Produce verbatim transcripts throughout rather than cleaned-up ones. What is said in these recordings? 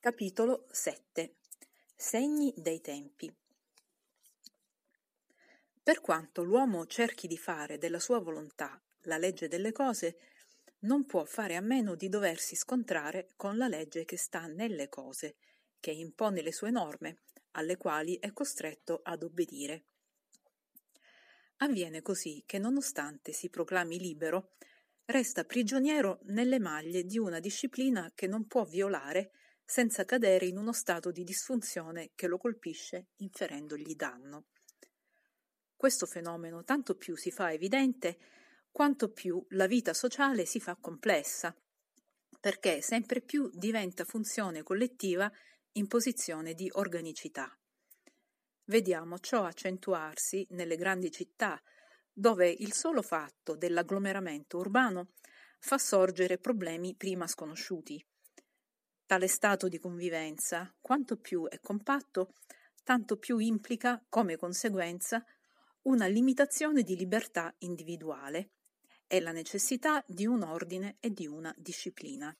Capitolo sette. Segni dei tempi. Per quanto l'uomo cerchi di fare della sua volontà la legge delle cose, non può fare a meno di doversi scontrare con la legge che sta nelle cose, che impone le sue norme, alle quali è costretto ad obbedire. Avviene così che, nonostante si proclami libero, resta prigioniero nelle maglie di una disciplina che non può violare senza cadere in uno stato di disfunzione che lo colpisce inferendogli danno. Questo fenomeno tanto più si fa evidente quanto più la vita sociale si fa complessa, perché sempre più diventa funzione collettiva in posizione di organicità. Vediamo ciò accentuarsi nelle grandi città, dove il solo fatto dell'agglomeramento urbano fa sorgere problemi prima sconosciuti. Tale stato di convivenza, quanto più è compatto, tanto più implica, come conseguenza, una limitazione di libertà individuale e la necessità di un ordine e di una disciplina.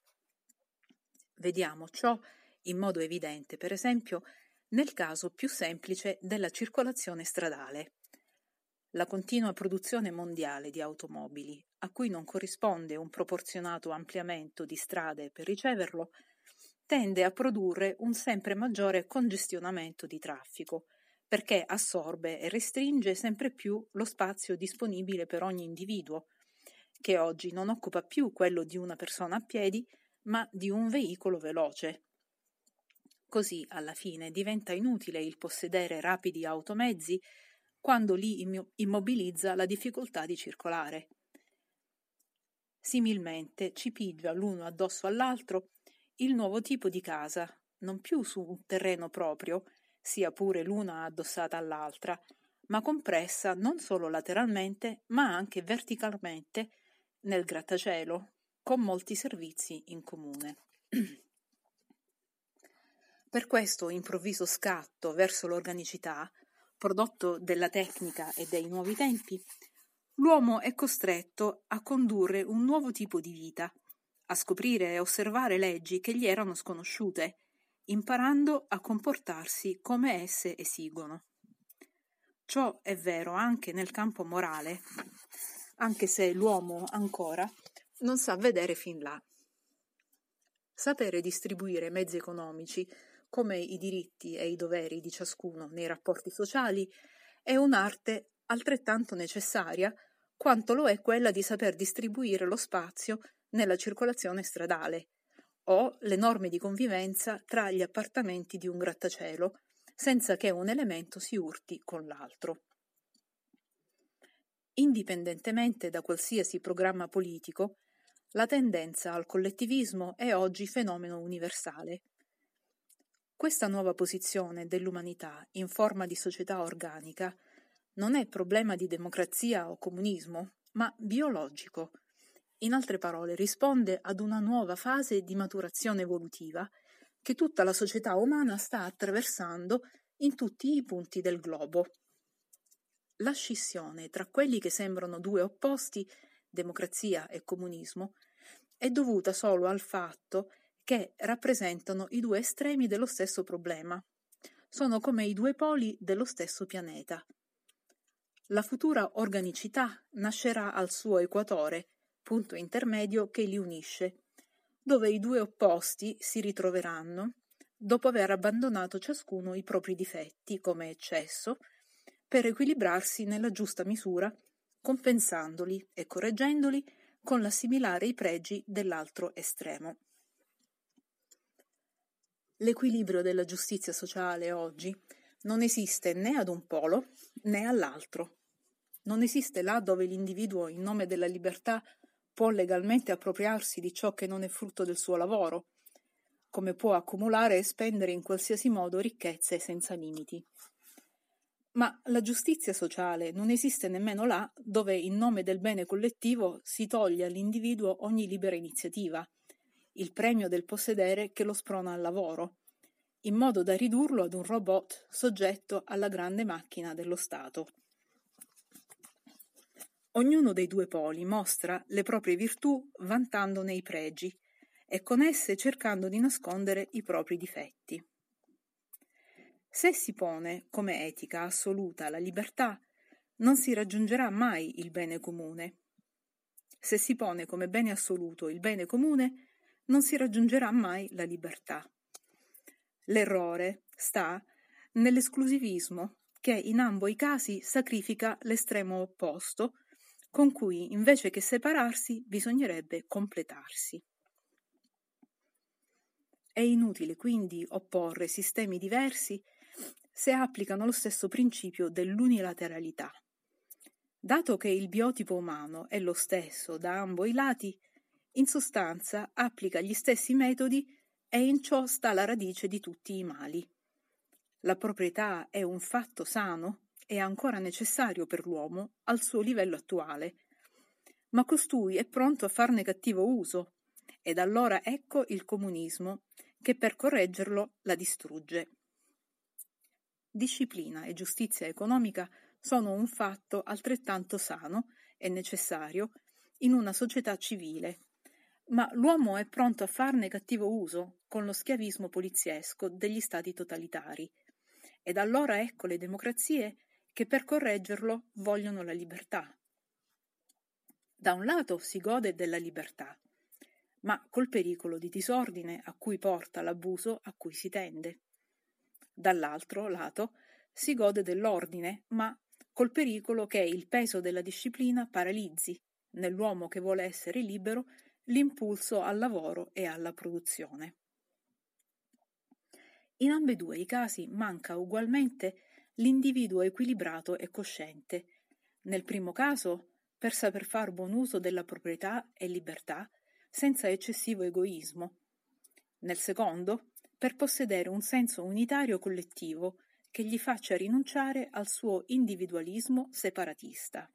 Vediamo ciò in modo evidente, per esempio, nel caso più semplice della circolazione stradale. La continua produzione mondiale di automobili, a cui non corrisponde un proporzionato ampliamento di strade per riceverlo, tende a produrre un sempre maggiore congestionamento di traffico, perché assorbe e restringe sempre più lo spazio disponibile per ogni individuo, che oggi non occupa più quello di una persona a piedi, ma di un veicolo veloce. Così, alla fine, diventa inutile il possedere rapidi automezzi quando li immobilizza la difficoltà di circolare. Similmente ci pigia l'uno addosso all'altro il nuovo tipo di casa, non più su un terreno proprio, sia pure l'una addossata all'altra, ma compressa non solo lateralmente, ma anche verticalmente nel grattacielo, con molti servizi in comune. Per questo improvviso scatto verso l'organicità, prodotto della tecnica e dei nuovi tempi, l'uomo è costretto a condurre un nuovo tipo di vita, a scoprire e osservare leggi che gli erano sconosciute, imparando a comportarsi come esse esigono. Ciò è vero anche nel campo morale, anche se l'uomo ancora non sa vedere fin là. Sapere distribuire mezzi economici, come i diritti e i doveri di ciascuno nei rapporti sociali, è un'arte altrettanto necessaria quanto lo è quella di saper distribuire lo spazio nella circolazione stradale o le norme di convivenza tra gli appartamenti di un grattacielo, senza che un elemento si urti con l'altro. Indipendentemente da qualsiasi programma politico, la tendenza al collettivismo è oggi fenomeno universale. Questa nuova posizione dell'umanità in forma di società organica non è problema di democrazia o comunismo, ma biologico. In altre parole, risponde ad una nuova fase di maturazione evolutiva che tutta la società umana sta attraversando in tutti i punti del globo. La scissione tra quelli che sembrano due opposti, democrazia e comunismo, è dovuta solo al fatto che rappresentano i due estremi dello stesso problema. Sono come i due poli dello stesso pianeta. La futura organicità nascerà al suo equatore, punto intermedio che li unisce, dove i due opposti si ritroveranno dopo aver abbandonato ciascuno i propri difetti come eccesso, per equilibrarsi nella giusta misura, compensandoli e correggendoli con l'assimilare i pregi dell'altro estremo. L'equilibrio della giustizia sociale oggi non esiste né ad un polo né all'altro. Non esiste là dove l'individuo, in nome della libertà, può legalmente appropriarsi di ciò che non è frutto del suo lavoro, come può accumulare e spendere in qualsiasi modo ricchezze senza limiti. Ma la giustizia sociale non esiste nemmeno là dove, in nome del bene collettivo, si toglie all'individuo ogni libera iniziativa, il premio del possedere che lo sprona al lavoro, in modo da ridurlo ad un robot soggetto alla grande macchina dello Stato. Ognuno dei due poli mostra le proprie virtù vantandone i pregi e con esse cercando di nascondere i propri difetti. Se si pone come etica assoluta la libertà, non si raggiungerà mai il bene comune. Se si pone come bene assoluto il bene comune, non si raggiungerà mai la libertà. L'errore sta nell'esclusivismo che in ambo i casi sacrifica l'estremo opposto, con cui invece che separarsi bisognerebbe completarsi. È inutile quindi opporre sistemi diversi se applicano lo stesso principio dell'unilateralità. Dato che il biotipo umano è lo stesso da ambo i lati, in sostanza applica gli stessi metodi e in ciò sta la radice di tutti i mali. La proprietà è un fatto sano e ancora necessario per l'uomo al suo livello attuale, ma costui è pronto a farne cattivo uso, ed allora ecco il comunismo che per correggerlo la distrugge. Disciplina e giustizia economica sono un fatto altrettanto sano e necessario in una società civile, ma l'uomo è pronto a farne cattivo uso con lo schiavismo poliziesco degli stati totalitari, ed allora ecco le democrazie che per correggerlo vogliono la libertà. Da un lato si gode della libertà, ma col pericolo di disordine a cui porta l'abuso a cui si tende. Dall'altro lato si gode dell'ordine, ma col pericolo che il peso della disciplina paralizzi, nell'uomo che vuole essere libero, l'impulso al lavoro e alla produzione. In ambedue i casi manca ugualmente l'individuo equilibrato e cosciente. Nel primo caso, per saper far buon uso della proprietà e libertà, senza eccessivo egoismo. Nel secondo, per possedere un senso unitario collettivo che gli faccia rinunciare al suo individualismo separatista.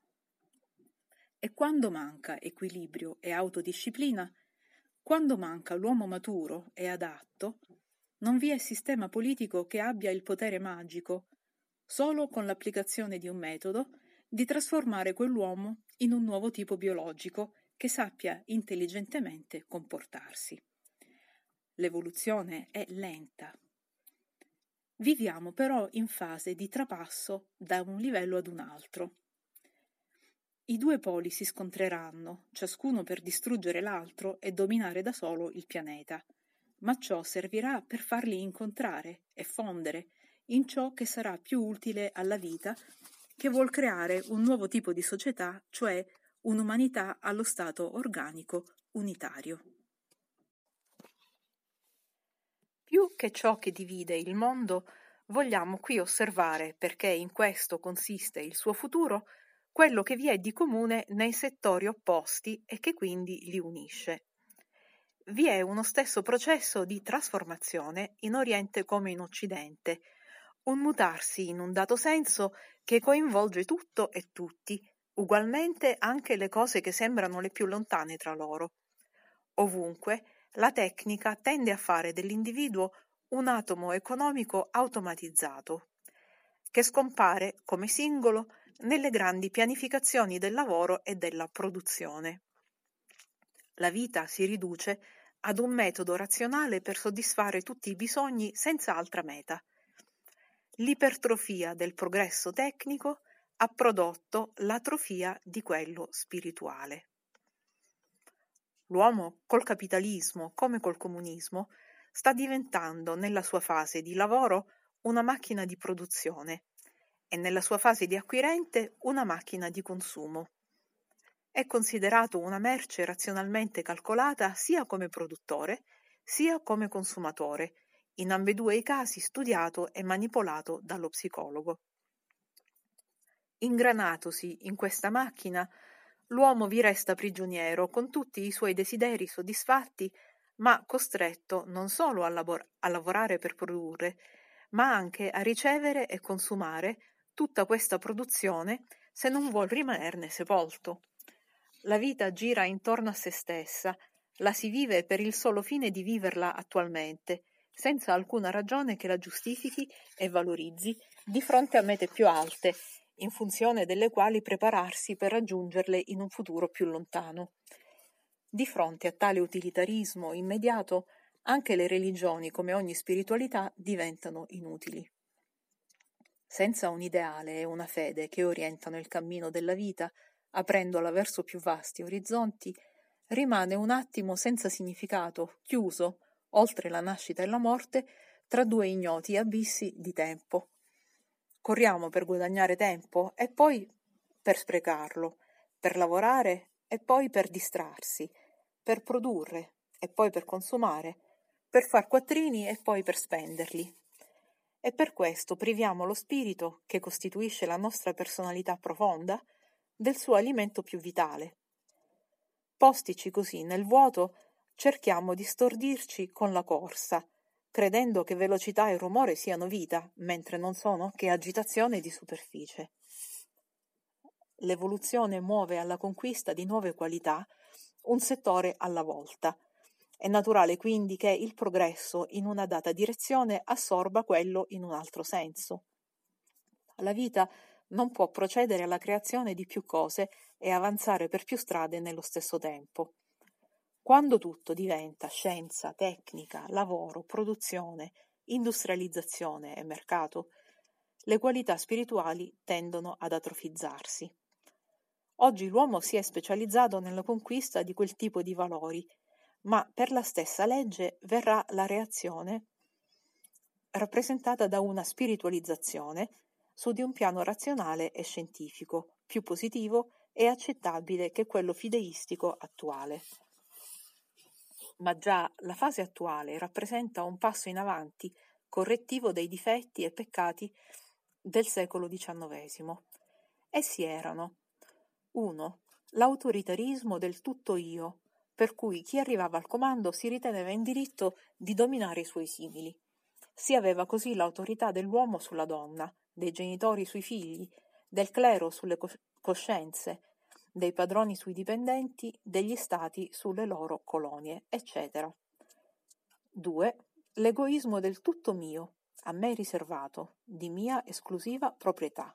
E quando manca equilibrio e autodisciplina, quando manca l'uomo maturo e adatto, non vi è sistema politico che abbia il potere magico, solo con l'applicazione di un metodo, di trasformare quell'uomo in un nuovo tipo biologico che sappia intelligentemente comportarsi. L'evoluzione è lenta. Viviamo però in fase di trapasso da un livello ad un altro. I due poli si scontreranno, ciascuno per distruggere l'altro e dominare da solo il pianeta, ma ciò servirà per farli incontrare e fondere in ciò che sarà più utile alla vita, che vuol creare un nuovo tipo di società, cioè un'umanità allo stato organico unitario. Più che ciò che divide il mondo, vogliamo qui osservare, perché in questo consiste il suo futuro, quello che vi è di comune nei settori opposti e che quindi li unisce. Vi è uno stesso processo di trasformazione in Oriente come in Occidente, un mutarsi in un dato senso che coinvolge tutto e tutti, ugualmente anche le cose che sembrano le più lontane tra loro. Ovunque, la tecnica tende a fare dell'individuo un atomo economico automatizzato, che scompare come singolo nelle grandi pianificazioni del lavoro e della produzione. La vita si riduce ad un metodo razionale per soddisfare tutti i bisogni senza altra meta. L'ipertrofia del progresso tecnico ha prodotto l'atrofia di quello spirituale. L'uomo, col capitalismo come col comunismo, sta diventando nella sua fase di lavoro una macchina di produzione e nella sua fase di acquirente una macchina di consumo. È considerato una merce razionalmente calcolata sia come produttore sia come consumatore, in ambedue i casi studiato e manipolato dallo psicologo. Ingranatosi in questa macchina, l'uomo vi resta prigioniero con tutti i suoi desideri soddisfatti, ma costretto non solo a, labor- a lavorare per produrre, ma anche a ricevere e consumare tutta questa produzione se non vuol rimanerne sepolto. La vita gira intorno a se stessa, la si vive per il solo fine di viverla attualmente, senza alcuna ragione che la giustifichi e valorizzi di fronte a mete più alte, in funzione delle quali prepararsi per raggiungerle in un futuro più lontano. Di fronte a tale utilitarismo immediato, anche le religioni, come ogni spiritualità, diventano inutili. Senza un ideale e una fede che orientano il cammino della vita, aprendola verso più vasti orizzonti, rimane un attimo senza significato, chiuso, oltre la nascita e la morte, tra due ignoti abissi di tempo. Corriamo per guadagnare tempo e poi per sprecarlo, per lavorare e poi per distrarsi, per produrre e poi per consumare, per far quattrini e poi per spenderli. E per questo priviamo lo spirito, che costituisce la nostra personalità profonda, del suo alimento più vitale. Postici così nel vuoto, cerchiamo di stordirci con la corsa, credendo che velocità e rumore siano vita, mentre non sono che agitazione di superficie. L'evoluzione muove alla conquista di nuove qualità un settore alla volta. È naturale quindi che il progresso in una data direzione assorba quello in un altro senso. La vita non può procedere alla creazione di più cose e avanzare per più strade nello stesso tempo. Quando tutto diventa scienza, tecnica, lavoro, produzione, industrializzazione e mercato, le qualità spirituali tendono ad atrofizzarsi. Oggi l'uomo si è specializzato nella conquista di quel tipo di valori, ma per la stessa legge verrà la reazione rappresentata da una spiritualizzazione su di un piano razionale e scientifico, più positivo e accettabile che quello fideistico attuale. Ma già la fase attuale rappresenta un passo in avanti, correttivo dei difetti e peccati del secolo diciannovesimo. Essi erano: uno. L'autoritarismo del tutto io, per cui chi arrivava al comando si riteneva in diritto di dominare i suoi simili. Si aveva così l'autorità dell'uomo sulla donna, dei genitori sui figli, del clero sulle cos- coscienze, dei padroni sui dipendenti, degli stati sulle loro colonie, eccetera. due. L'egoismo del tutto mio, a me riservato, di mia esclusiva proprietà.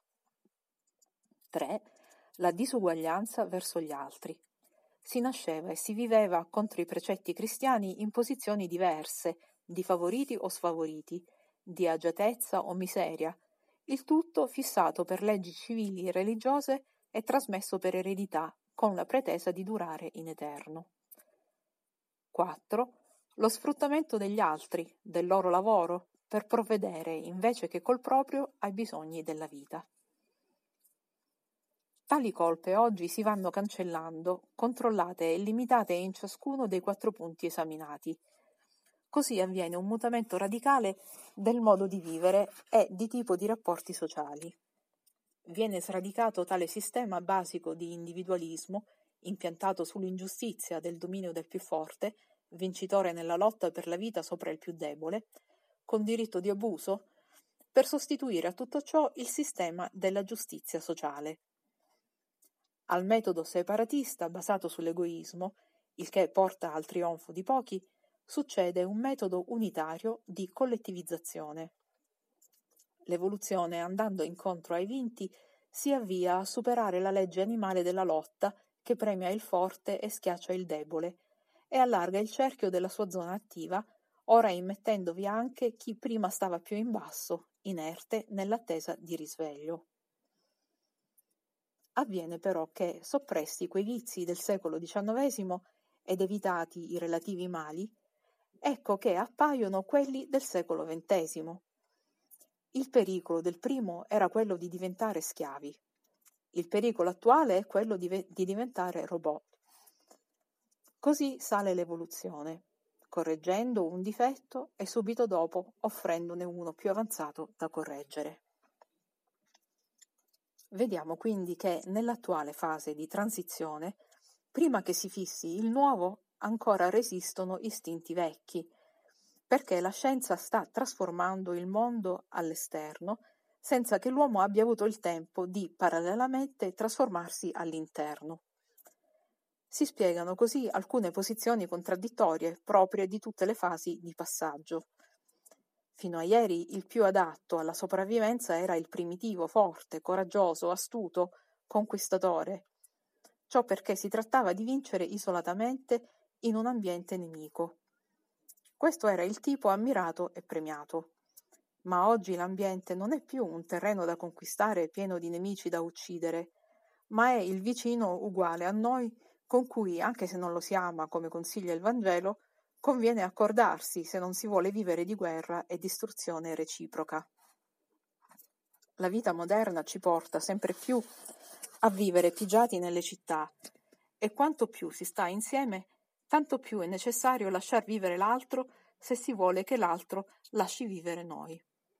tre. La disuguaglianza verso gli altri. Si nasceva e si viveva contro i precetti cristiani in posizioni diverse, di favoriti o sfavoriti, di agiatezza o miseria, il tutto fissato per leggi civili e religiose e trasmesso per eredità, con la pretesa di durare in eterno. quattro. Lo sfruttamento degli altri, del loro lavoro, per provvedere, invece che col proprio, ai bisogni della vita. Tali colpe oggi si vanno cancellando, controllate e limitate in ciascuno dei quattro punti esaminati. Così avviene un mutamento radicale del modo di vivere e di tipo di rapporti sociali. Viene sradicato tale sistema basico di individualismo, impiantato sull'ingiustizia del dominio del più forte, vincitore nella lotta per la vita sopra il più debole, con diritto di abuso, per sostituire a tutto ciò il sistema della giustizia sociale. Al metodo separatista basato sull'egoismo, il che porta al trionfo di pochi, succede un metodo unitario di collettivizzazione. L'evoluzione, andando incontro ai vinti, si avvia a superare la legge animale della lotta che premia il forte e schiaccia il debole, e allarga il cerchio della sua zona attiva, ora immettendovi anche chi prima stava più in basso, inerte nell'attesa di risveglio. Avviene però che, soppressi quei vizi del secolo diciannovesimo ed evitati i relativi mali, ecco che appaiono quelli del secolo ventesimo. Il pericolo del primo era quello di diventare schiavi. Il pericolo attuale è quello di, ve- di diventare robot. Così sale l'evoluzione, correggendo un difetto e subito dopo offrendone uno più avanzato da correggere. Vediamo quindi che nell'attuale fase di transizione, prima che si fissi il nuovo, ancora resistono istinti vecchi, perché la scienza sta trasformando il mondo all'esterno senza che l'uomo abbia avuto il tempo di, parallelamente, trasformarsi all'interno. Si spiegano così alcune posizioni contraddittorie proprie di tutte le fasi di passaggio. Fino a ieri il più adatto alla sopravvivenza era il primitivo, forte, coraggioso, astuto, conquistatore. Ciò perché si trattava di vincere isolatamente in un ambiente nemico. Questo era il tipo ammirato e premiato. Ma oggi l'ambiente non è più un terreno da conquistare pieno di nemici da uccidere, ma è il vicino uguale a noi con cui, anche se non lo si ama come consiglia il Vangelo, conviene accordarsi se non si vuole vivere di guerra e distruzione reciproca. La vita moderna ci porta sempre più a vivere pigiati nelle città e quanto più si sta insieme, tanto più è necessario lasciar vivere l'altro se si vuole che l'altro lasci vivere noi.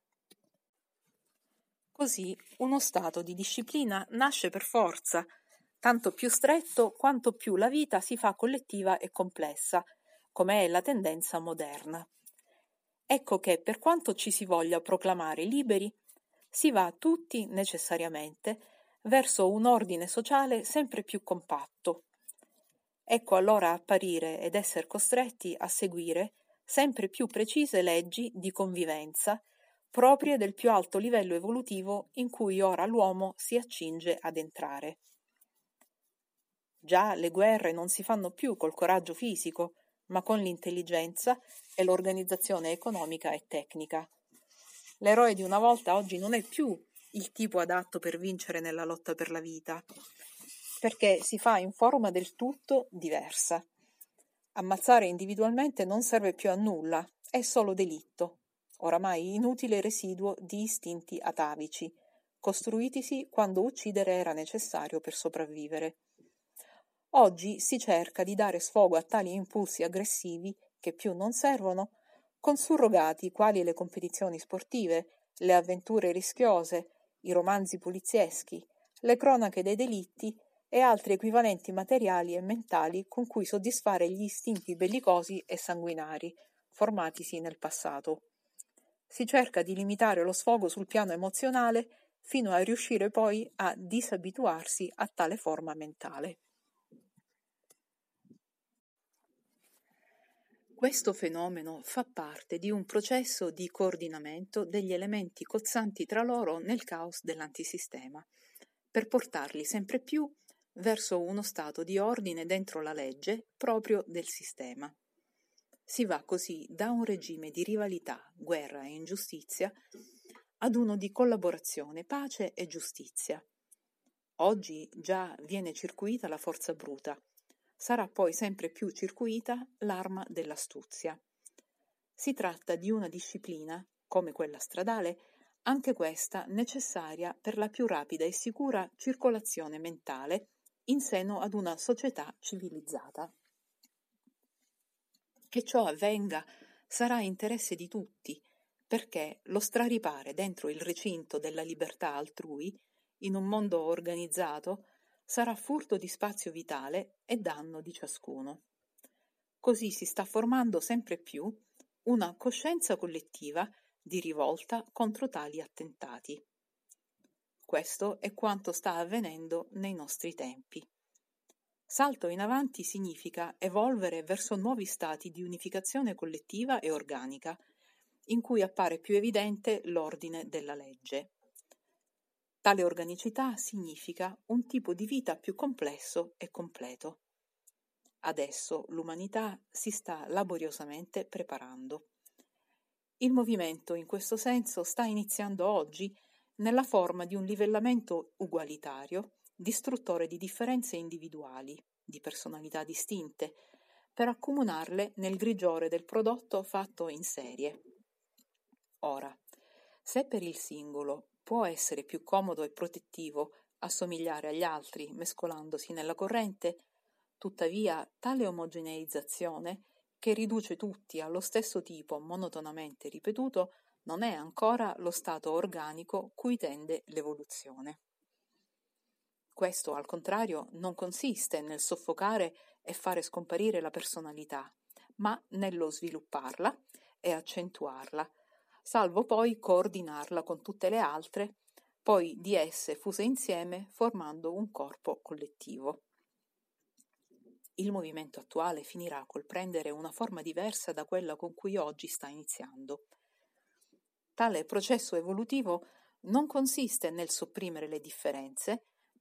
Così uno stato di disciplina nasce per forza, tanto più stretto quanto più la vita si fa collettiva e complessa, come è la tendenza moderna. Ecco che per quanto ci si voglia proclamare liberi, si va tutti necessariamente verso un ordine sociale sempre più compatto. Ecco allora apparire ed essere costretti a seguire sempre più precise leggi di convivenza proprie del più alto livello evolutivo in cui ora l'uomo si accinge ad entrare. Già le guerre non si fanno più col coraggio fisico, ma con l'intelligenza e l'organizzazione economica e tecnica. L'eroe di una volta oggi non è più il tipo adatto per vincere nella lotta per la vita, perché si fa in forma del tutto diversa. Ammazzare individualmente non serve più a nulla, è solo delitto, oramai inutile residuo di istinti atavici, costruitisi quando uccidere era necessario per sopravvivere. Oggi si cerca di dare sfogo a tali impulsi aggressivi che più non servono, con surrogati quali le competizioni sportive, le avventure rischiose, i romanzi polizieschi, le cronache dei delitti e altri equivalenti materiali e mentali con cui soddisfare gli istinti bellicosi e sanguinari, formatisi nel passato. Si cerca di limitare lo sfogo sul piano emozionale fino a riuscire poi a disabituarsi a tale forma mentale. Questo fenomeno fa parte di un processo di coordinamento degli elementi cozzanti tra loro nel caos dell'antisistema, per portarli sempre più verso uno stato di ordine dentro la legge proprio del sistema. Si va così da un regime di rivalità, guerra e ingiustizia ad uno di collaborazione, pace e giustizia. Oggi già viene circuita la forza bruta, sarà poi sempre più circuita l'arma dell'astuzia. Si tratta di una disciplina, come quella stradale, anche questa necessaria per la più rapida e sicura circolazione mentale in seno ad una società civilizzata. Che ciò avvenga sarà interesse di tutti, perché lo straripare dentro il recinto della libertà altrui, in un mondo organizzato, sarà furto di spazio vitale e danno di ciascuno. Così si sta formando sempre più una coscienza collettiva di rivolta contro tali attentati. Questo è quanto sta avvenendo nei nostri tempi. Salto in avanti significa evolvere verso nuovi stati di unificazione collettiva e organica, in cui appare più evidente l'ordine della legge. Tale organicità significa un tipo di vita più complesso e completo. Adesso l'umanità si sta laboriosamente preparando. Il movimento in questo senso sta iniziando oggi nella forma di un livellamento ugualitario, distruttore di differenze individuali, di personalità distinte, per accomunarle nel grigiore del prodotto fatto in serie. Ora, se per il singolo può essere più comodo e protettivo assomigliare agli altri mescolandosi nella corrente, tuttavia tale omogeneizzazione, che riduce tutti allo stesso tipo monotonamente ripetuto, non è ancora lo stato organico cui tende l'evoluzione. Questo, al contrario, non consiste nel soffocare e fare scomparire la personalità, ma nello svilupparla e accentuarla, salvo poi coordinarla con tutte le altre, poi di esse fuse insieme formando un corpo collettivo. Il movimento attuale finirà col prendere una forma diversa da quella con cui oggi sta iniziando. Tale processo evolutivo non consiste nel sopprimere le differenze,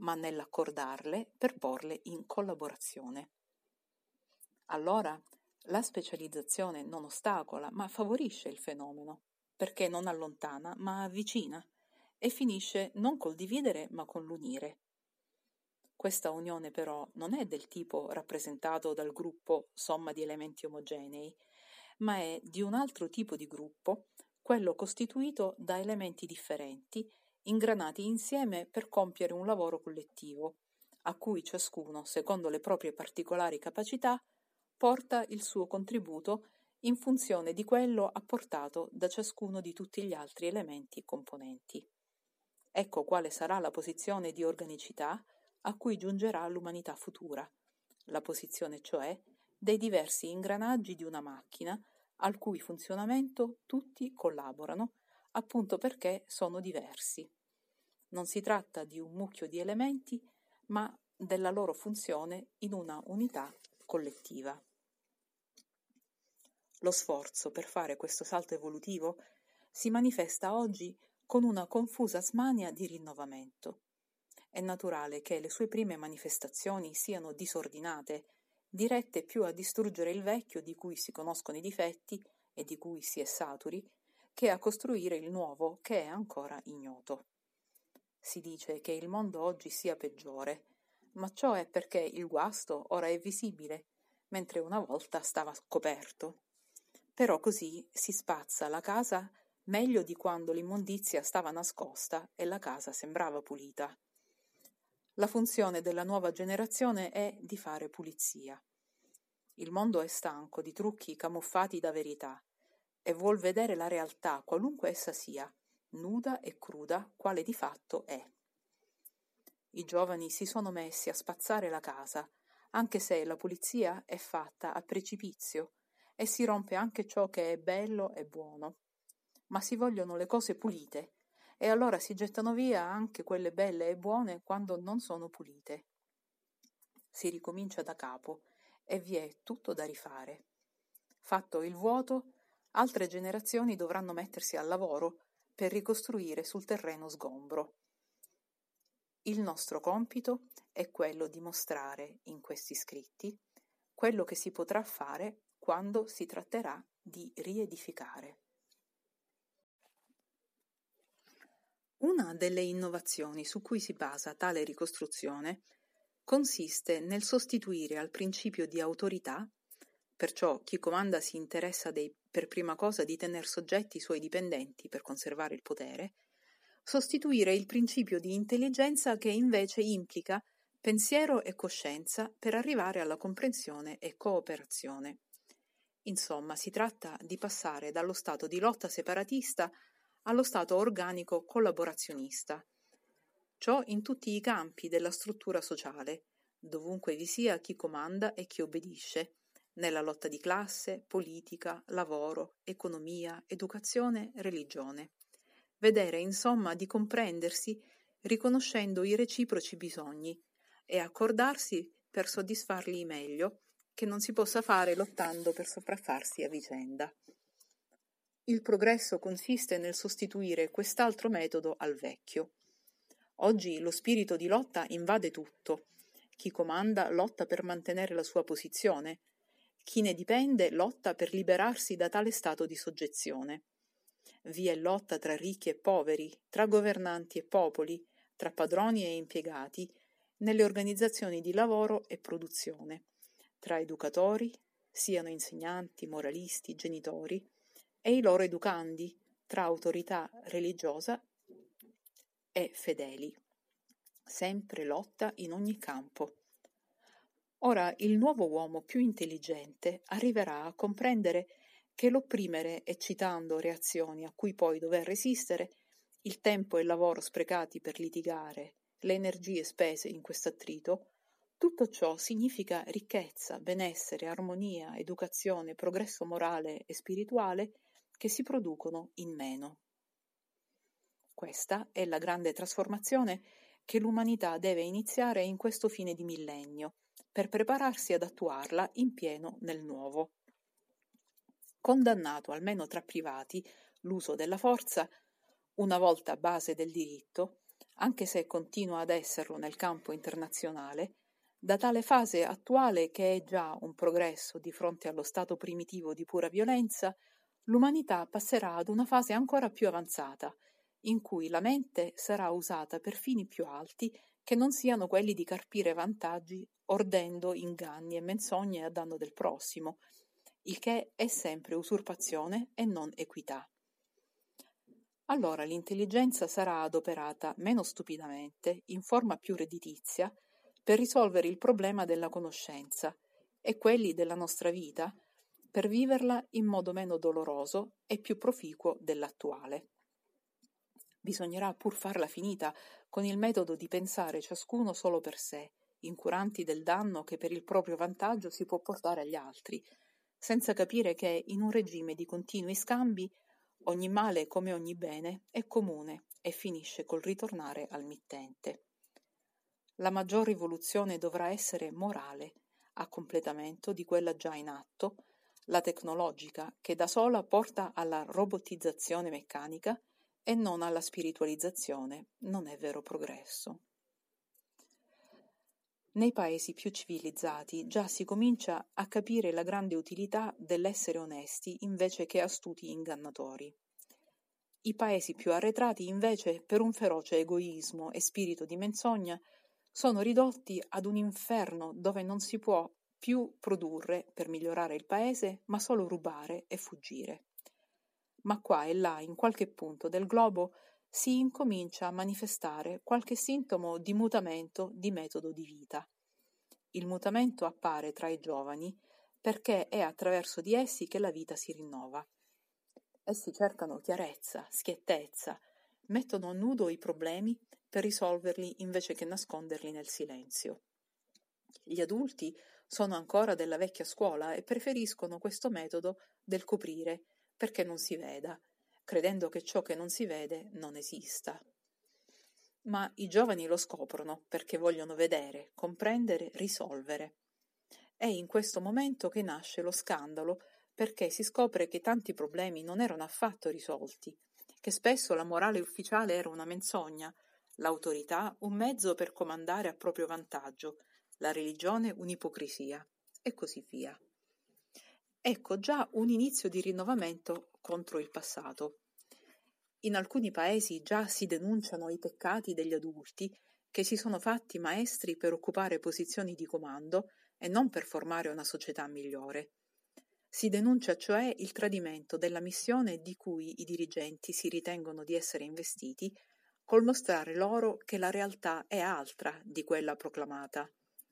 ma nell'accordarle per porle in collaborazione. Allora, la specializzazione non ostacola, ma favorisce il fenomeno, perché non allontana, ma avvicina, e finisce non col dividere, ma con l'unire. Questa unione però non è del tipo rappresentato dal gruppo somma di elementi omogenei, ma è di un altro tipo di gruppo, quello costituito da elementi differenti, ingranati insieme per compiere un lavoro collettivo, a cui ciascuno, secondo le proprie particolari capacità, porta il suo contributo in funzione di quello apportato da ciascuno di tutti gli altri elementi componenti. Ecco quale sarà la posizione di organicità a cui giungerà l'umanità futura, la posizione cioè dei diversi ingranaggi di una macchina al cui funzionamento tutti collaborano, appunto perché sono diversi. Non si tratta di un mucchio di elementi, ma della loro funzione in una unità collettiva. Lo sforzo per fare questo salto evolutivo si manifesta oggi con una confusa smania di rinnovamento. È naturale che le sue prime manifestazioni siano disordinate, dirette più a distruggere il vecchio di cui si conoscono i difetti e di cui si è saturi, che a costruire il nuovo che è ancora ignoto. Si dice che il mondo oggi sia peggiore, ma ciò è perché il guasto ora è visibile, mentre una volta stava coperto. Però così si spazza la casa meglio di quando l'immondizia stava nascosta e la casa sembrava pulita. La funzione della nuova generazione è di fare pulizia. Il mondo è stanco di trucchi camuffati da verità e vuol vedere la realtà, qualunque essa sia, nuda e cruda, quale di fatto è. I giovani si sono messi a spazzare la casa, anche se la pulizia è fatta a precipizio e si rompe anche ciò che è bello e buono. Ma si vogliono le cose pulite, e allora si gettano via anche quelle belle e buone quando non sono pulite. Si ricomincia da capo e vi è tutto da rifare. Fatto il vuoto, altre generazioni dovranno mettersi al lavoro per ricostruire sul terreno sgombro. Il nostro compito è quello di mostrare in questi scritti quello che si potrà fare quando si tratterà di riedificare. Una delle innovazioni su cui si basa tale ricostruzione consiste nel sostituire al principio di autorità, perciò chi comanda si interessa dei, per prima cosa di tener soggetti i suoi dipendenti per conservare il potere, sostituire il principio di intelligenza che invece implica pensiero e coscienza per arrivare alla comprensione e cooperazione. Insomma, si tratta di passare dallo stato di lotta separatista allo stato organico collaborazionista, ciò in tutti i campi della struttura sociale, dovunque vi sia chi comanda e chi obbedisce, nella lotta di classe, politica, lavoro, economia, educazione, religione. Vedere insomma di comprendersi riconoscendo i reciproci bisogni e accordarsi per soddisfarli meglio, che non si possa fare lottando per sopraffarsi a vicenda. Il progresso consiste nel sostituire quest'altro metodo al vecchio. Oggi lo spirito di lotta invade tutto. Chi comanda lotta per mantenere la sua posizione. Chi ne dipende lotta per liberarsi da tale stato di soggezione. Vi è lotta tra ricchi e poveri, tra governanti e popoli, tra padroni e impiegati, nelle organizzazioni di lavoro e produzione, tra educatori, siano insegnanti, moralisti, genitori, e i loro educandi, tra autorità religiosa e fedeli. Sempre lotta in ogni campo. Ora il nuovo uomo più intelligente arriverà a comprendere che l'opprimere eccitando reazioni a cui poi dover resistere, il tempo e il lavoro sprecati per litigare, le energie spese in questo attrito, tutto ciò significa ricchezza, benessere, armonia, educazione, progresso morale e spirituale che si producono in meno. Questa è la grande trasformazione che l'umanità deve iniziare in questo fine di millennio, per prepararsi ad attuarla in pieno nel nuovo. Condannato, almeno tra privati, l'uso della forza, una volta base del diritto, anche se continua ad esserlo nel campo internazionale, da tale fase attuale, che è già un progresso di fronte allo stato primitivo di pura violenza, l'umanità passerà ad una fase ancora più avanzata, in cui la mente sarà usata per fini più alti che non siano quelli di carpire vantaggi, ordendo inganni e menzogne a danno del prossimo, il che è sempre usurpazione e non equità. Allora l'intelligenza sarà adoperata meno stupidamente, in forma più redditizia, per risolvere il problema della conoscenza e quelli della nostra vita, per viverla in modo meno doloroso e più proficuo dell'attuale. Bisognerà pur farla finita con il metodo di pensare ciascuno solo per sé, incuranti del danno che per il proprio vantaggio si può portare agli altri, senza capire che in un regime di continui scambi ogni male, come ogni bene, è comune e finisce col ritornare al mittente. La maggior rivoluzione dovrà essere morale, a completamento di quella già in atto, la tecnologica, che da sola porta alla robotizzazione meccanica e non alla spiritualizzazione, non è vero progresso. Nei paesi più civilizzati già si comincia a capire la grande utilità dell'essere onesti invece che astuti ingannatori. I paesi più arretrati invece, per un feroce egoismo e spirito di menzogna, sono ridotti ad un inferno dove non si può più produrre per migliorare il paese, ma solo rubare e fuggire. Ma qua e là, in qualche punto del globo, si incomincia a manifestare qualche sintomo di mutamento di metodo di vita. Il mutamento appare tra i giovani perché è attraverso di essi che la vita si rinnova. Essi cercano chiarezza, schiettezza, mettono a nudo i problemi per risolverli invece che nasconderli nel silenzio. Gli adulti sono ancora della vecchia scuola e preferiscono questo metodo del coprire perché non si veda, credendo che ciò che non si vede non esista. Ma i giovani lo scoprono perché vogliono vedere, comprendere, risolvere. È in questo momento che nasce lo scandalo, perché si scopre che tanti problemi non erano affatto risolti, che spesso la morale ufficiale era una menzogna, l'autorità un mezzo per comandare a proprio vantaggio, la religione un'ipocrisia, e così via. Ecco già un inizio di rinnovamento contro il passato. In alcuni paesi già si denunciano i peccati degli adulti che si sono fatti maestri per occupare posizioni di comando e non per formare una società migliore. Si denuncia cioè il tradimento della missione di cui i dirigenti si ritengono di essere investiti, col mostrare loro che la realtà è altra di quella proclamata.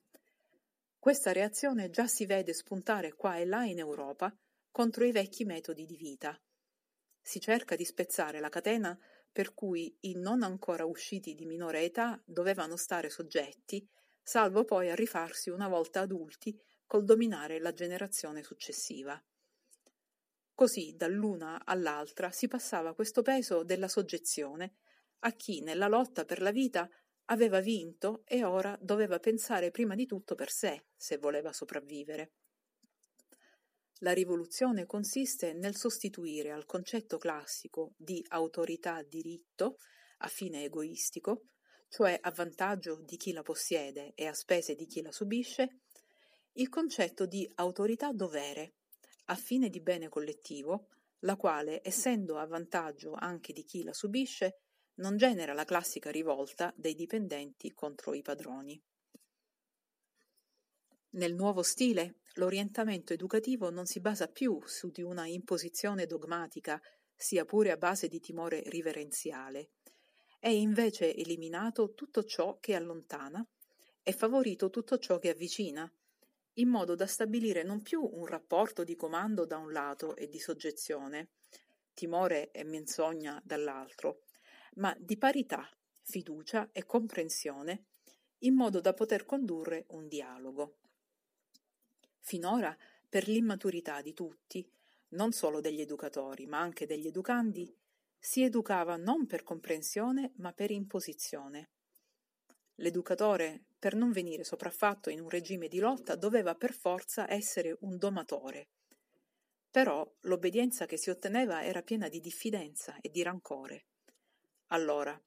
Questa reazione già si vede spuntare qua e là in Europa contro i vecchi metodi di vita. Si cerca di spezzare la catena per cui i non ancora usciti di minore età dovevano stare soggetti, salvo poi a rifarsi una volta adulti col dominare la generazione successiva. Così dall'una all'altra si passava questo peso della soggezione a chi nella lotta per la vita aveva vinto e ora doveva pensare prima di tutto per sé, se voleva sopravvivere. La rivoluzione consiste nel sostituire al concetto classico di autorità-diritto a fine egoistico, cioè a vantaggio di chi la possiede e a spese di chi la subisce, il concetto di autorità-dovere a fine di bene collettivo, la quale, essendo a vantaggio anche di chi la subisce, non genera la classica rivolta dei dipendenti contro i padroni. Nel nuovo stile, l'orientamento educativo non si basa più su di una imposizione dogmatica, sia pure a base di timore riverenziale. È invece eliminato tutto ciò che allontana e favorito tutto ciò che avvicina, in modo da stabilire non più un rapporto di comando da un lato e di soggezione, timore e menzogna dall'altro, ma di parità, fiducia e comprensione, in modo da poter condurre un dialogo. Finora, per l'immaturità di tutti, non solo degli educatori, ma anche degli educandi, si educava non per comprensione, ma per imposizione. L'educatore, per non venire sopraffatto in un regime di lotta, doveva per forza essere un domatore. Però l'obbedienza che si otteneva era piena di diffidenza e di rancore. Allora,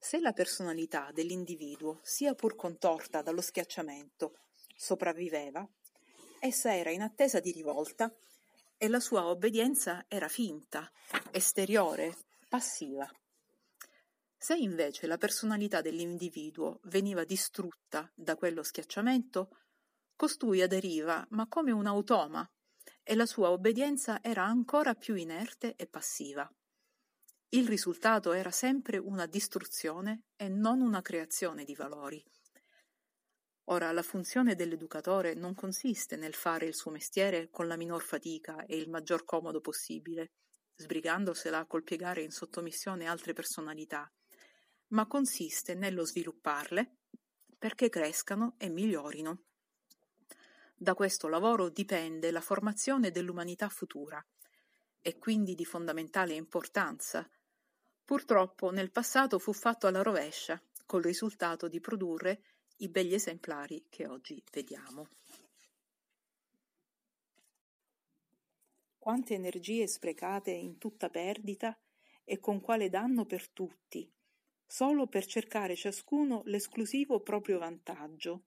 Se la personalità dell'individuo, sia pur contorta dallo schiacciamento, sopravviveva, essa era in attesa di rivolta e la sua obbedienza era finta, esteriore, passiva. Se invece la personalità dell'individuo veniva distrutta da quello schiacciamento, costui aderiva, ma come un automa, e la sua obbedienza era ancora più inerte e passiva. Il risultato era sempre una distruzione e non una creazione di valori. Ora, la funzione dell'educatore non consiste nel fare il suo mestiere con la minor fatica e il maggior comodo possibile, sbrigandosela col piegare in sottomissione altre personalità, ma consiste nello svilupparle perché crescano e migliorino. Da questo lavoro dipende la formazione dell'umanità futura e quindi di fondamentale importanza. Purtroppo nel passato fu fatto alla rovescia, col risultato di produrre i begli esemplari che oggi vediamo. Quante energie sprecate in tutta perdita e con quale danno per tutti, solo per cercare ciascuno l'esclusivo proprio vantaggio.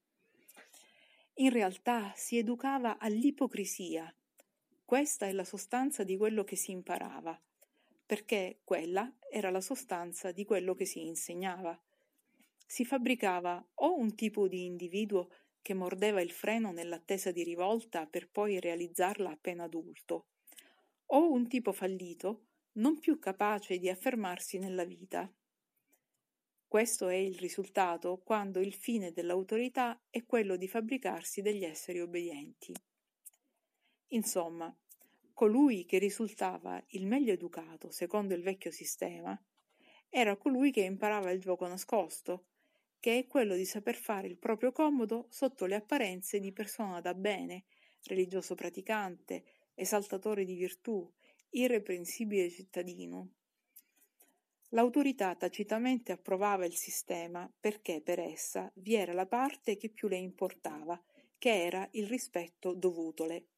In realtà si educava all'ipocrisia. Questa è la sostanza di quello che si imparava, perché quella era la sostanza di quello che si insegnava. Si fabbricava o un tipo di individuo che mordeva il freno nell'attesa di rivolta per poi realizzarla appena adulto, o un tipo fallito non più capace di affermarsi nella vita. Questo è il risultato quando il fine dell'autorità è quello di fabbricarsi degli esseri obbedienti. Insomma, colui che risultava il meglio educato secondo il vecchio sistema era colui che imparava il gioco nascosto, che è quello di saper fare il proprio comodo sotto le apparenze di persona da bene, religioso praticante, esaltatore di virtù, irreprensibile cittadino. L'autorità tacitamente approvava il sistema perché per essa vi era la parte che più le importava, che era il rispetto dovutole.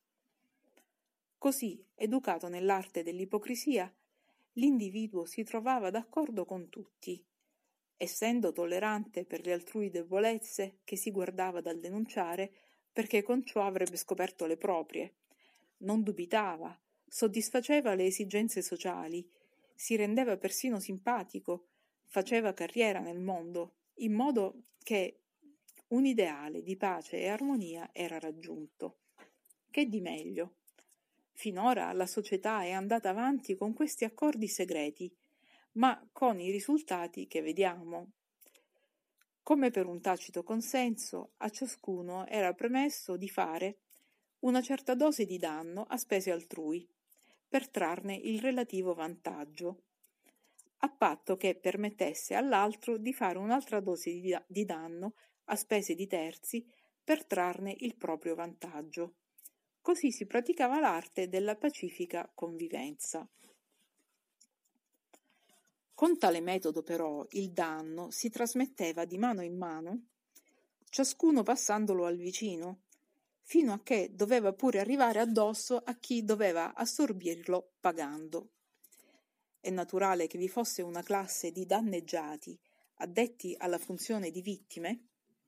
Così, educato nell'arte dell'ipocrisia, l'individuo si trovava d'accordo con tutti. Essendo tollerante per le altrui debolezze che si guardava dal denunciare perché con ciò avrebbe scoperto le proprie, non dubitava, soddisfaceva le esigenze sociali, si rendeva persino simpatico, faceva carriera nel mondo, in modo che un ideale di pace e armonia era raggiunto. Che di meglio? Finora la società è andata avanti con questi accordi segreti, ma con i risultati che vediamo. Come per un tacito consenso, a ciascuno era premesso di fare una certa dose di danno a spese altrui, per trarne il relativo vantaggio, a patto che permettesse all'altro di fare un'altra dose di, da- di danno a spese di terzi per trarne il proprio vantaggio. Così si praticava l'arte della pacifica convivenza. Con tale metodo però il danno si trasmetteva di mano in mano, ciascuno passandolo al vicino, fino a che doveva pure arrivare addosso a chi doveva assorbirlo pagando. È naturale che vi fosse una classe di danneggiati addetti alla funzione di vittime,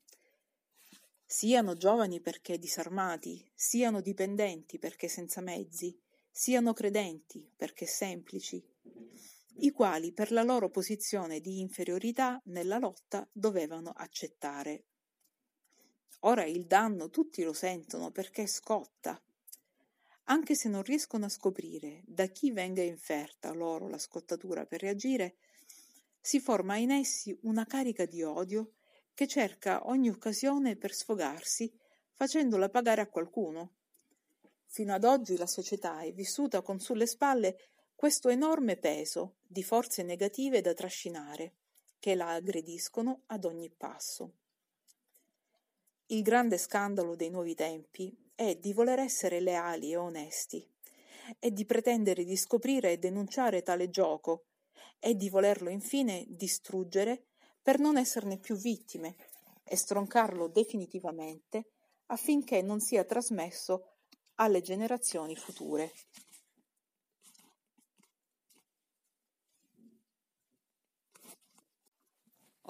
siano giovani perché disarmati, siano dipendenti perché senza mezzi, siano credenti perché semplici, i quali per la loro posizione di inferiorità nella lotta dovevano accettare. Ora il danno tutti lo sentono perché scotta, anche se non riescono a scoprire da chi venga inferta loro la scottatura per reagire, si forma in essi una carica di odio che cerca ogni occasione per sfogarsi, facendola pagare a qualcuno. Fino ad oggi la società è vissuta con sulle spalle questo enorme peso di forze negative da trascinare, che la aggrediscono ad ogni passo. Il grande scandalo dei nuovi tempi è di voler essere leali e onesti, e di pretendere di scoprire e denunciare tale gioco, e di volerlo infine distruggere per non esserne più vittime e stroncarlo definitivamente affinché non sia trasmesso alle generazioni future.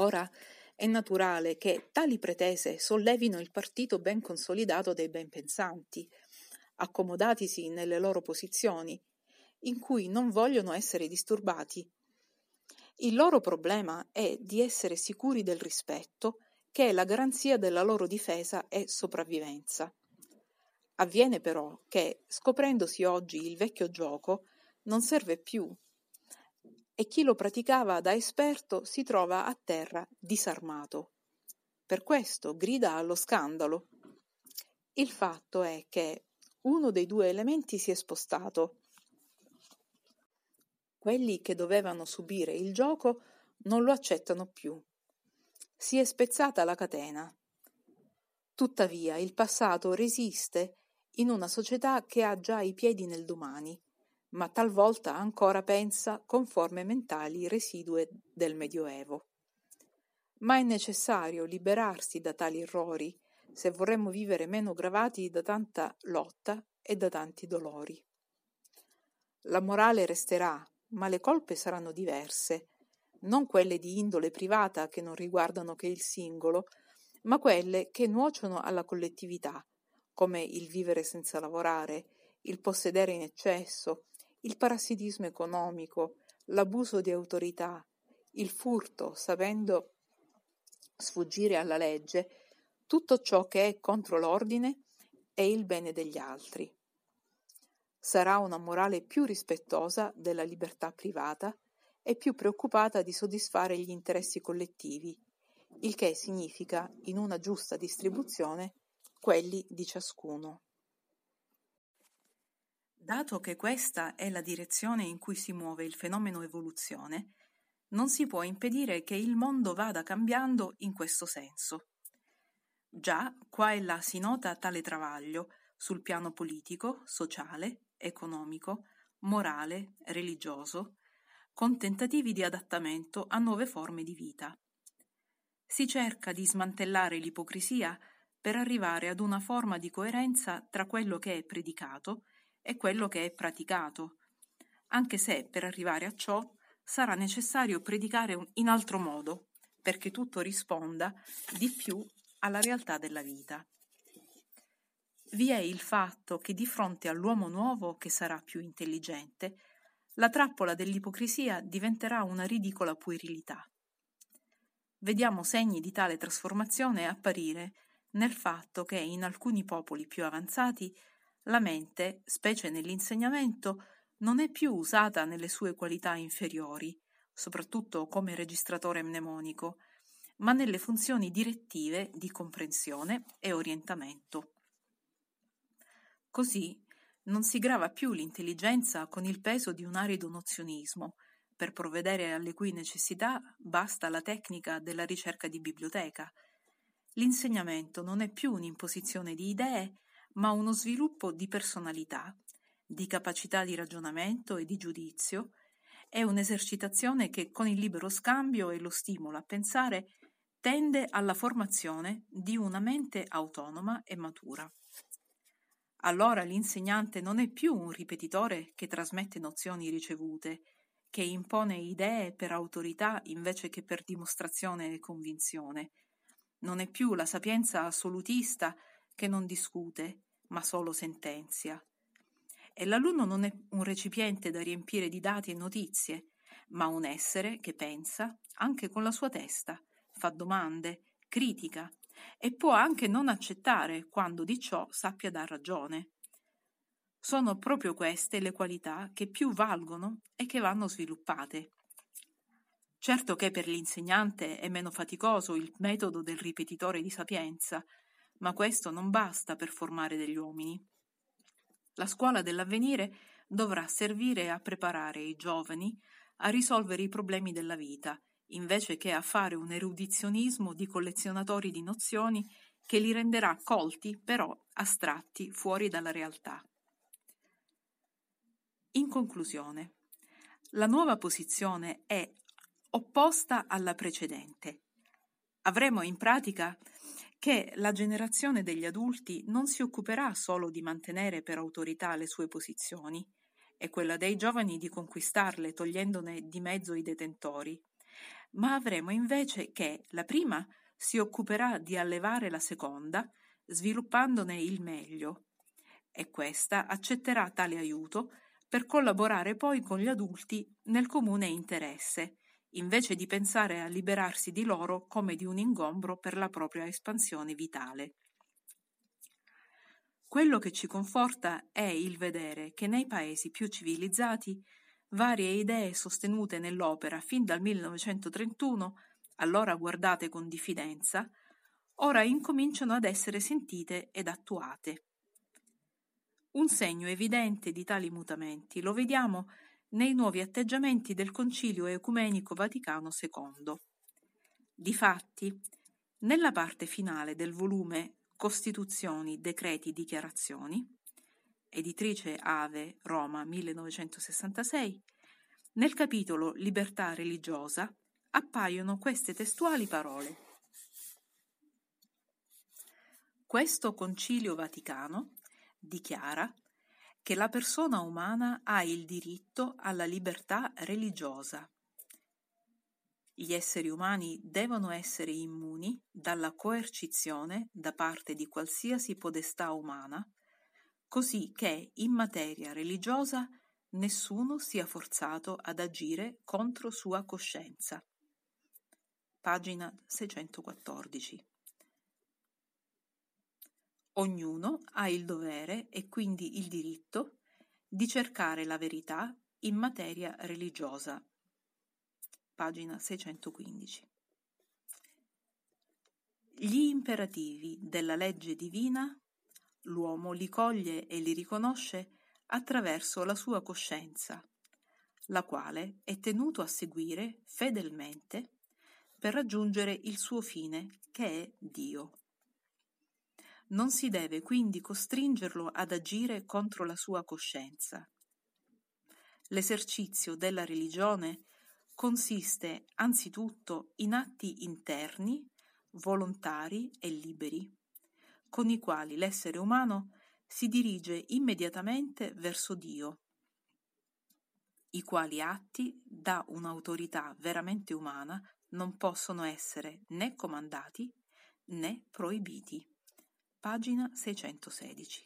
Ora è naturale che tali pretese sollevino il partito ben consolidato dei ben pensanti, accomodatisi nelle loro posizioni, in cui non vogliono essere disturbati. Il loro problema è di essere sicuri del rispetto, che è la garanzia della loro difesa e sopravvivenza. Avviene però che, scoprendosi oggi il vecchio gioco, non serve più, e chi lo praticava da esperto si trova a terra disarmato. Per questo grida allo scandalo. Il fatto è che uno dei due elementi si è spostato. Quelli che dovevano subire il gioco non lo accettano più. Si è spezzata la catena. Tuttavia il passato resiste in una società che ha già i piedi nel domani, ma talvolta ancora pensa con forme mentali residue del Medioevo. Ma è necessario liberarsi da tali errori se vorremmo vivere meno gravati da tanta lotta e da tanti dolori. La morale resterà, ma le colpe saranno diverse, non quelle di indole privata che non riguardano che il singolo, ma quelle che nuociono alla collettività, come il vivere senza lavorare, il possedere in eccesso, il parassitismo economico, l'abuso di autorità, il furto sapendo sfuggire alla legge, tutto ciò che è contro l'ordine e il bene degli altri. Sarà una morale più rispettosa della libertà privata e più preoccupata di soddisfare gli interessi collettivi, il che significa, in una giusta distribuzione, quelli di ciascuno. Dato che questa è la direzione in cui si muove il fenomeno evoluzione, non si può impedire che il mondo vada cambiando in questo senso. Già qua e là si nota tale travaglio sul piano politico, sociale, economico, morale, religioso, con tentativi di adattamento a nuove forme di vita. Si cerca di smantellare l'ipocrisia per arrivare ad una forma di coerenza tra quello che è predicato e quello che è praticato, anche se per arrivare a ciò sarà necessario predicare in altro modo, perché tutto risponda di più alla realtà della vita. Vi è il fatto che di fronte all'uomo nuovo, che sarà più intelligente, la trappola dell'ipocrisia diventerà una ridicola puerilità. Vediamo segni di tale trasformazione apparire nel fatto che in alcuni popoli più avanzati la mente, specie nell'insegnamento, non è più usata nelle sue qualità inferiori, soprattutto come registratore mnemonico, ma nelle funzioni direttive di comprensione e orientamento. Così non si grava più l'intelligenza con il peso di un arido nozionismo, per provvedere alle cui necessità basta la tecnica della ricerca di biblioteca. L'insegnamento non è più un'imposizione di idee, ma uno sviluppo di personalità, di capacità di ragionamento e di giudizio. È un'esercitazione che con il libero scambio e lo stimolo a pensare tende alla formazione di una mente autonoma e matura. Allora l'insegnante non è più un ripetitore che trasmette nozioni ricevute, che impone idee per autorità invece che per dimostrazione e convinzione. Non è più la sapienza assolutista che non discute, ma solo sentenzia. E l'alunno non è un recipiente da riempire di dati e notizie, ma un essere che pensa anche con la sua testa, fa domande, critica e può anche non accettare quando di ciò sappia dar ragione. Sono proprio queste le qualità che più valgono e che vanno sviluppate. Certo che per l'insegnante è meno faticoso il metodo del ripetitore di sapienza, ma questo non basta per formare degli uomini. La scuola dell'avvenire dovrà servire a preparare i giovani a risolvere i problemi della vita, invece che a fare un erudizionismo di collezionatori di nozioni che li renderà colti, però astratti, fuori dalla realtà. In conclusione, la nuova posizione è opposta alla precedente. Avremo in pratica che la generazione degli adulti non si occuperà solo di mantenere per autorità le sue posizioni, e quella dei giovani di conquistarle togliendone di mezzo i detentori, ma avremo invece che la prima si occuperà di allevare la seconda, sviluppandone il meglio, e questa accetterà tale aiuto per collaborare poi con gli adulti nel comune interesse, invece di pensare a liberarsi di loro come di un ingombro per la propria espansione vitale. Quello che ci conforta è il vedere che nei paesi più civilizzati varie idee sostenute nell'opera fin dal millenovecentotrentuno, allora guardate con diffidenza, ora incominciano ad essere sentite ed attuate. Un segno evidente di tali mutamenti lo vediamo nei nuovi atteggiamenti del Concilio Ecumenico Vaticano secondo. Difatti, nella parte finale del volume Costituzioni, Decreti, Dichiarazioni, editrice Ave, Roma millenovecentosessantasei, nel capitolo Libertà religiosa appaiono queste testuali parole. Questo Concilio Vaticano dichiara che la persona umana ha il diritto alla libertà religiosa. Gli esseri umani devono essere immuni dalla coercizione da parte di qualsiasi podestà umana, così che in materia religiosa nessuno sia forzato ad agire contro sua coscienza. Pagina seicentoquattordici. Ognuno ha il dovere e quindi il diritto di cercare la verità in materia religiosa. Pagina seicentoquindici. Gli imperativi della legge divina l'uomo li coglie e li riconosce attraverso la sua coscienza, la quale è tenuto a seguire fedelmente per raggiungere il suo fine, che è Dio. Non si deve quindi costringerlo ad agire contro la sua coscienza. L'esercizio della religione consiste anzitutto in atti interni, volontari e liberi, con i quali l'essere umano si dirige immediatamente verso Dio, i quali atti da un'autorità veramente umana non possono essere né comandati né proibiti. Pagina seicentosedici.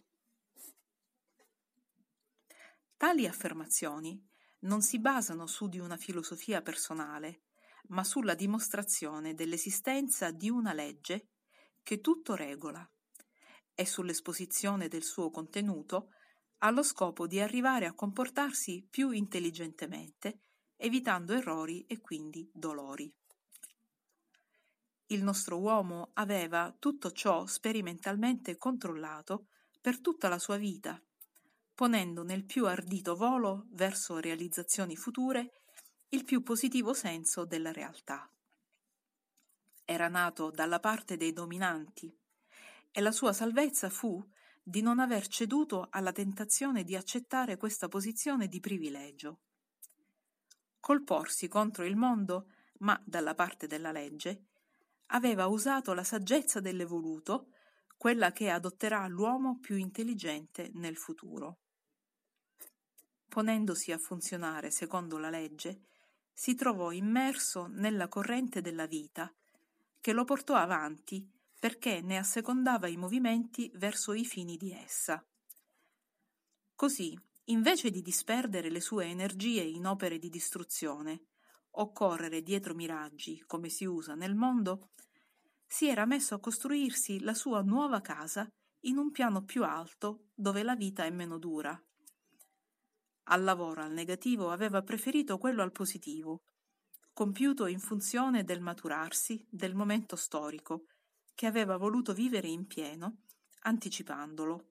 Tali affermazioni non si basano su di una filosofia personale, ma sulla dimostrazione dell'esistenza di una legge che tutto regola e sull'esposizione del suo contenuto allo scopo di arrivare a comportarsi più intelligentemente, evitando errori e quindi dolori. Il nostro uomo aveva tutto ciò sperimentalmente controllato per tutta la sua vita, ponendo nel più ardito volo verso realizzazioni future il più positivo senso della realtà. Era nato dalla parte dei dominanti e la sua salvezza fu di non aver ceduto alla tentazione di accettare questa posizione di privilegio. Col porsi contro il mondo, ma dalla parte della legge, aveva usato la saggezza dell'evoluto, quella che adotterà l'uomo più intelligente nel futuro. Ponendosi a funzionare secondo la legge, si trovò immerso nella corrente della vita, che lo portò avanti perché ne assecondava i movimenti verso i fini di essa. Così, invece di disperdere le sue energie in opere di distruzione o correre dietro miraggi, come si usa nel mondo, si era messo a costruirsi la sua nuova casa in un piano più alto dove la vita è meno dura. Al lavoro al negativo aveva preferito quello al positivo, compiuto in funzione del maturarsi del momento storico che aveva voluto vivere in pieno, anticipandolo.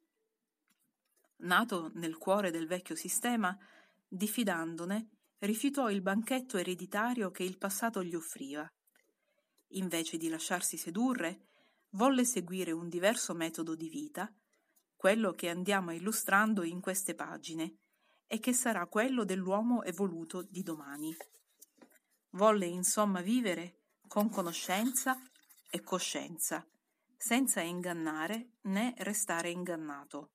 Nato nel cuore del vecchio sistema, diffidandone, rifiutò il banchetto ereditario che il passato gli offriva. Invece di lasciarsi sedurre, volle seguire un diverso metodo di vita, quello che andiamo illustrando in queste pagine, e che sarà quello dell'uomo evoluto di domani. Volle insomma vivere con conoscenza e coscienza, senza ingannare né restare ingannato.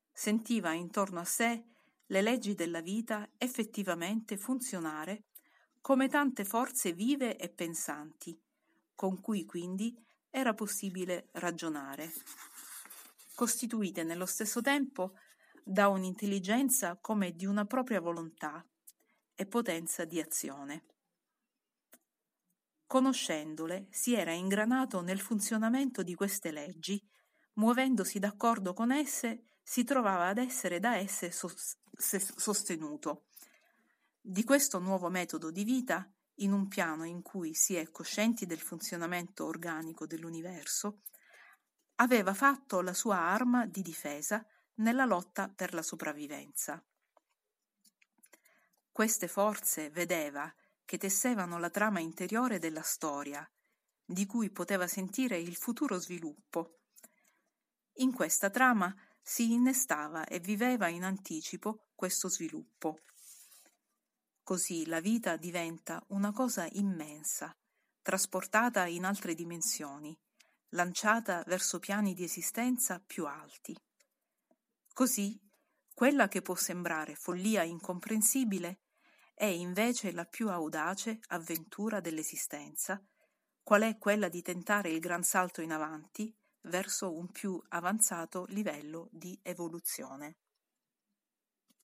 Sentiva intorno a sé le leggi della vita effettivamente funzionare come tante forze vive e pensanti, con cui quindi era possibile ragionare, costituite nello stesso tempo da un'intelligenza come di una propria volontà e potenza di azione. Conoscendole, si era ingranato nel funzionamento di queste leggi, muovendosi d'accordo con esse, si trovava ad essere da esse sostenuto. Di questo nuovo metodo di vita, in un piano in cui si è coscienti del funzionamento organico dell'universo, aveva fatto la sua arma di difesa nella lotta per la sopravvivenza. Queste forze vedeva che tessevano la trama interiore della storia, di cui poteva sentire il futuro sviluppo. In questa trama si innestava e viveva in anticipo questo sviluppo. Così la vita diventa una cosa immensa, trasportata in altre dimensioni, lanciata verso piani di esistenza più alti. Così, quella che può sembrare follia incomprensibile è invece la più audace avventura dell'esistenza, qual è quella di tentare il gran salto in avanti verso un più avanzato livello di evoluzione.